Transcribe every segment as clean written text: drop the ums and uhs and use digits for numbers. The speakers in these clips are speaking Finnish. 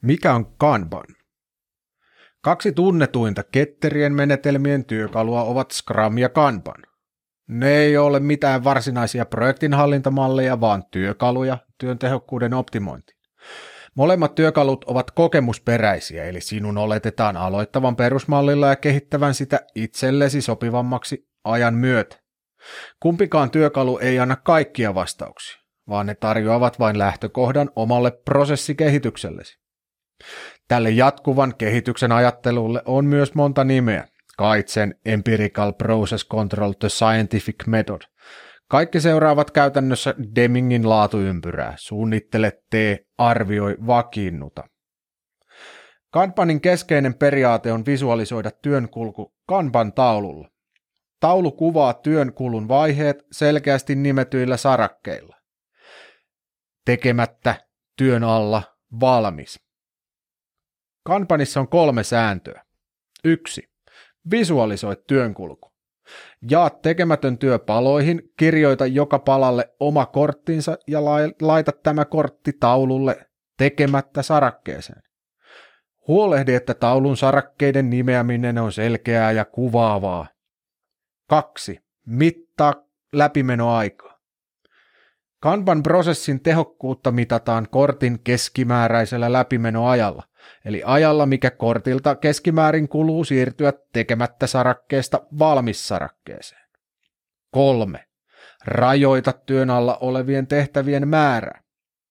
Mikä on Kanban? Kaksi tunnetuinta ketterien menetelmien työkalua ovat Scrum ja Kanban. Ne ei ole mitään varsinaisia projektinhallintamalleja, vaan työkaluja työn tehokkuuden optimointiin. Molemmat työkalut ovat kokemusperäisiä, eli sinun oletetaan aloittavan perusmallilla ja kehittävän sitä itsellesi sopivammaksi ajan myötä. Kumpikaan työkalu ei anna kaikkia vastauksia, vaan ne tarjoavat vain lähtökohdan omalle prosessikehityksellesi. Tälle jatkuvan kehityksen ajattelulle on myös monta nimeä. Kaizen, Empirical Process Control, The Scientific Method. Kaikki seuraavat käytännössä Demingin laatuympyrää. Suunnittele, tee, arvioi, vakiinnuta. Kanbanin keskeinen periaate on visualisoida työnkulku Kanban-taululla. Taulu kuvaa työnkulun vaiheet selkeästi nimetyillä sarakkeilla. Tekemättä, työn alla, valmis. Kanbanissa on 3 sääntöä. 1. Visualisoi työnkulku. Jaa tekemätön työ paloihin, kirjoita joka palalle oma korttinsa ja laita tämä kortti taululle tekemättä sarakkeeseen. Huolehdi, että taulun sarakkeiden nimeäminen on selkeää ja kuvaavaa. 2. Mittaa läpimenoaikaa. Kanban-prosessin tehokkuutta mitataan kortin keskimääräisellä läpimenoajalla, eli ajalla, mikä kortilta keskimäärin kuluu siirtyä tekemättä sarakkeesta valmissarakkeeseen. 3. Rajoita työn alla olevien tehtävien määrää.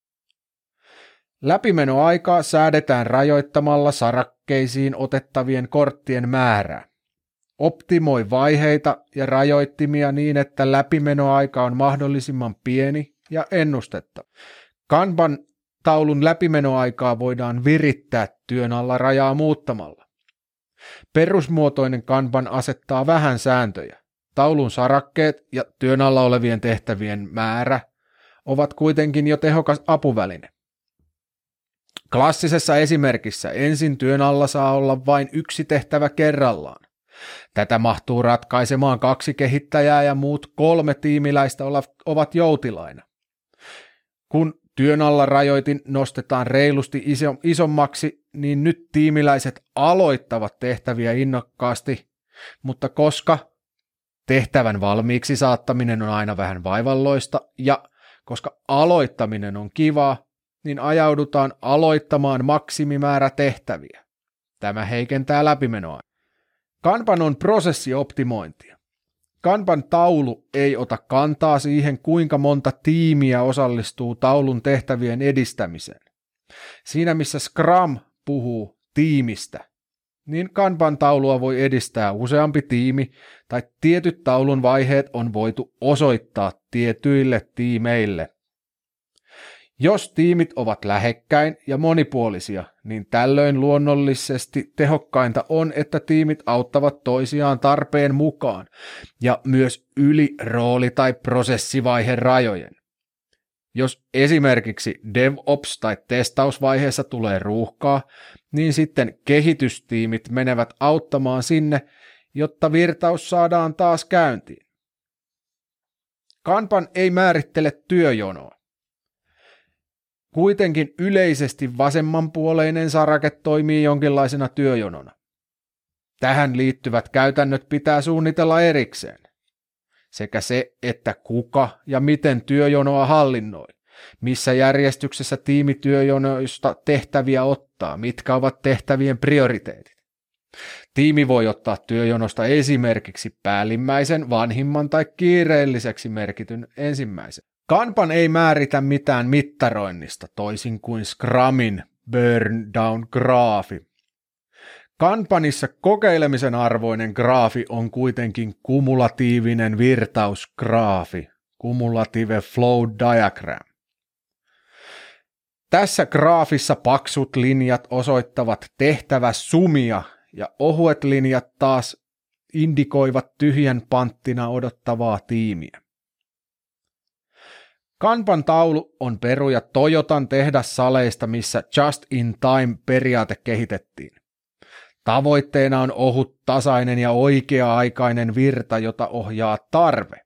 Läpimenoaikaa säädetään rajoittamalla sarakkeisiin otettavien korttien määrää. Optimoi vaiheita ja rajoittimia niin, että läpimenoaika on mahdollisimman pieni ja ennustettava. Kanban-taulun läpimenoaikaa voidaan virittää työn alla rajaa muuttamalla. Perusmuotoinen Kanban asettaa vähän sääntöjä. Taulun sarakkeet ja työn alla olevien tehtävien määrä ovat kuitenkin jo tehokas apuväline. Klassisessa esimerkissä ensin työn alla saa olla vain yksi tehtävä kerrallaan. Tätä mahtuu ratkaisemaan 2 kehittäjää ja muut 3 tiimiläistä ovat joutilaina. Kun työn alla rajoitin nostetaan reilusti isommaksi, niin nyt tiimiläiset aloittavat tehtäviä innokkaasti, mutta koska tehtävän valmiiksi saattaminen on aina vähän vaivalloista ja koska aloittaminen on kivaa, niin ajaudutaan aloittamaan maksimimäärä tehtäviä. Tämä heikentää läpimenoa. Kanban on prosessioptimointia. Kanban-taulu ei ota kantaa siihen, kuinka monta tiimiä osallistuu taulun tehtävien edistämiseen. Siinä missä Scrum puhuu tiimistä, niin Kanban-taulua voi edistää useampi tiimi tai tietyt taulun vaiheet on voitu osoittaa tietyille tiimeille. Jos tiimit ovat lähekkäin ja monipuolisia, niin tällöin luonnollisesti tehokkainta on, että tiimit auttavat toisiaan tarpeen mukaan ja myös yli rooli- tai prosessivaiheen rajojen. Jos esimerkiksi DevOps- tai testausvaiheessa tulee ruuhkaa, niin sitten kehitystiimit menevät auttamaan sinne, jotta virtaus saadaan taas käyntiin. Kanban ei määrittele työjonoa. Kuitenkin yleisesti vasemmanpuoleinen sarake toimii jonkinlaisena työjonona. Tähän liittyvät käytännöt pitää suunnitella erikseen. Sekä se, että kuka ja miten työjonoa hallinnoi, missä järjestyksessä tiimityöjonoista tehtäviä ottaa, mitkä ovat tehtävien prioriteetit. Tiimi voi ottaa työjonosta esimerkiksi päällimmäisen, vanhimman tai kiireelliseksi merkityn ensimmäisen. Kanban ei määritä mitään mittaroinnista, toisin kuin Scrumin burn down graafi. Kanbanissa kokeilemisen arvoinen graafi on kuitenkin kumulatiivinen virtausgraafi, cumulative flow diagram. Tässä graafissa paksut linjat osoittavat tehtäväsumia ja ohuet linjat taas indikoivat tyhjän panttina odottavaa tiimiä. Kanban-taulu on peruja Toyotan tehdassaleista, missä just-in-time-periaate kehitettiin. Tavoitteena on ohut, tasainen ja oikea-aikainen virta, jota ohjaa tarve.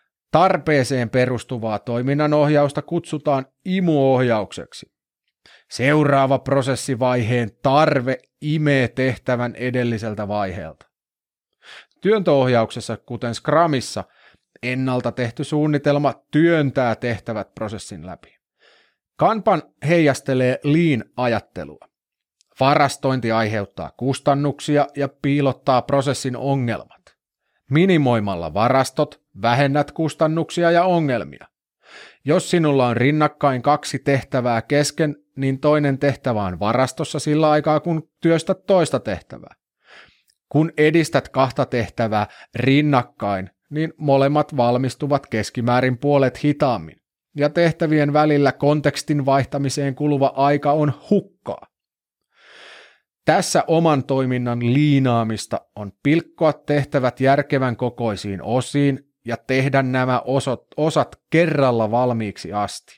Tarpeeseen perustuvaa toiminnanohjausta kutsutaan imuohjaukseksi. Seuraava prosessivaiheen tarve imee tehtävän edelliseltä vaiheelta. Työntöohjauksessa, kuten Scrumissa, ennalta tehty suunnitelma työntää tehtävät prosessin läpi. Kanban heijastelee lean-ajattelua. Varastointi aiheuttaa kustannuksia ja piilottaa prosessin ongelmat. Minimoimalla varastot vähennät kustannuksia ja ongelmia. Jos sinulla on rinnakkain 2 tehtävää kesken, niin toinen tehtävä on varastossa sillä aikaa, kun työstät toista tehtävää. Kun edistät 2 tehtävää rinnakkain, niin molemmat valmistuvat keskimäärin puolet hitaammin, ja tehtävien välillä kontekstin vaihtamiseen kuluva aika on hukkaa. Tässä oman toiminnan liinaamista on pilkkoa tehtävät järkevän kokoisiin osiin ja tehdä nämä osat kerralla valmiiksi asti.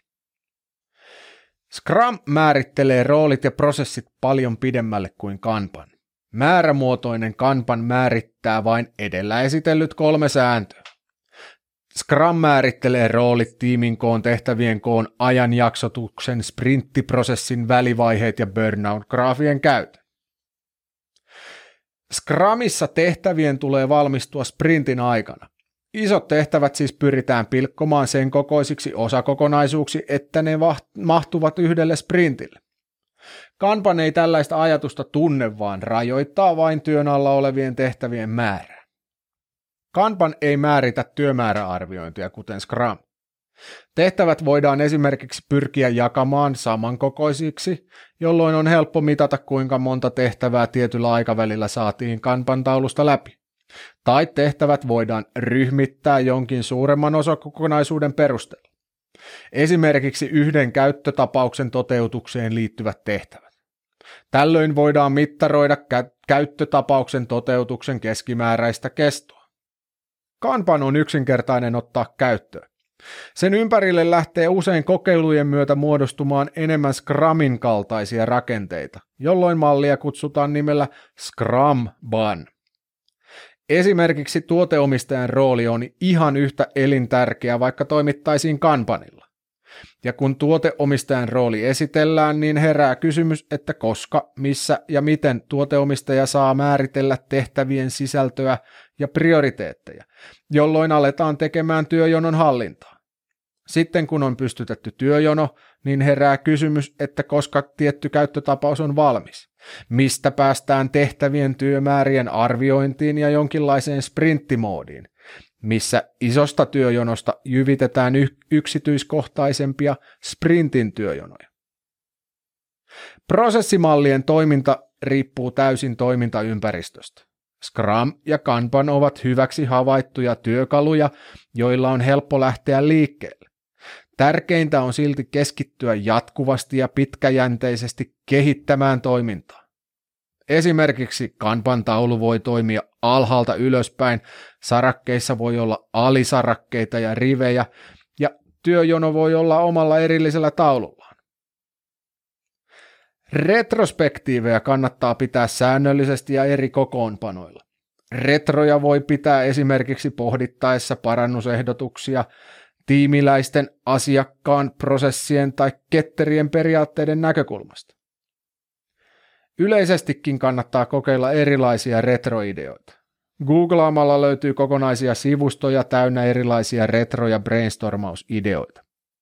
Scrum määrittelee roolit ja prosessit paljon pidemmälle kuin Kanban. Määrämuotoinen Kanban määrittää vain edellä esitellyt 3 sääntöä. Scrum määrittelee roolit, tiimin koon, tehtävien koon, ajanjaksotuksen, sprinttiprosessin välivaiheet ja burnout-graafien käytön. Scrumissa tehtävien tulee valmistua sprintin aikana. Isot tehtävät siis pyritään pilkkomaan sen kokoisiksi osakokonaisuuksi, että ne mahtuvat yhdelle sprintille. Kanban ei tällaista ajatusta tunne, vaan rajoittaa vain työn alla olevien tehtävien määrää. Kanban ei määritä työmääräarviointia, kuten Scrum. Tehtävät voidaan esimerkiksi pyrkiä jakamaan samankokoisiksi, jolloin on helppo mitata, kuinka monta tehtävää tietyllä aikavälillä saatiin Kanban-taulusta läpi. Tai tehtävät voidaan ryhmittää jonkin suuremman osakokonaisuuden perusteella. Esimerkiksi yhden käyttötapauksen toteutukseen liittyvät tehtävät. Tällöin voidaan mittaroida käyttötapauksen toteutuksen keskimääräistä kestoa. Kanban on yksinkertainen ottaa käyttöön. Sen ympärille lähtee usein kokeilujen myötä muodostumaan enemmän Scrumin kaltaisia rakenteita, jolloin mallia kutsutaan nimellä Scrumban. Esimerkiksi tuoteomistajan rooli on ihan yhtä elintärkeä, vaikka toimittaisiin Kanbanilla. Ja kun tuoteomistajan rooli esitellään, niin herää kysymys, että koska, missä ja miten tuoteomistaja saa määritellä tehtävien sisältöä ja prioriteetteja, jolloin aletaan tekemään työjonon hallintaa. Sitten kun on pystytetty työjono, niin herää kysymys, että koska tietty käyttötapaus on valmis. Mistä päästään tehtävien työmäärien arviointiin ja jonkinlaiseen sprinttimoodiin, missä isosta työjonosta jyvitetään yksityiskohtaisempia sprintin työjonoja. Prosessimallien toiminta riippuu täysin toimintaympäristöstä. Scrum ja Kanban ovat hyväksi havaittuja työkaluja, joilla on helppo lähteä liikkeelle. Tärkeintä on silti keskittyä jatkuvasti ja pitkäjänteisesti kehittämään toimintaa. Esimerkiksi Kanban-taulu voi toimia alhaalta ylöspäin, sarakkeissa voi olla alisarakkeita ja rivejä, ja työjono voi olla omalla erillisellä taulullaan. Retrospektiivejä kannattaa pitää säännöllisesti ja eri kokoonpanoilla. Retroja voi pitää esimerkiksi pohdittaessa parannusehdotuksia, tiimiläisten, asiakkaan, prosessien tai ketterien periaatteiden näkökulmasta. Yleisestikin kannattaa kokeilla erilaisia retroideoita. Googlaamalla löytyy kokonaisia sivustoja täynnä erilaisia retro- ja brainstormausideoita.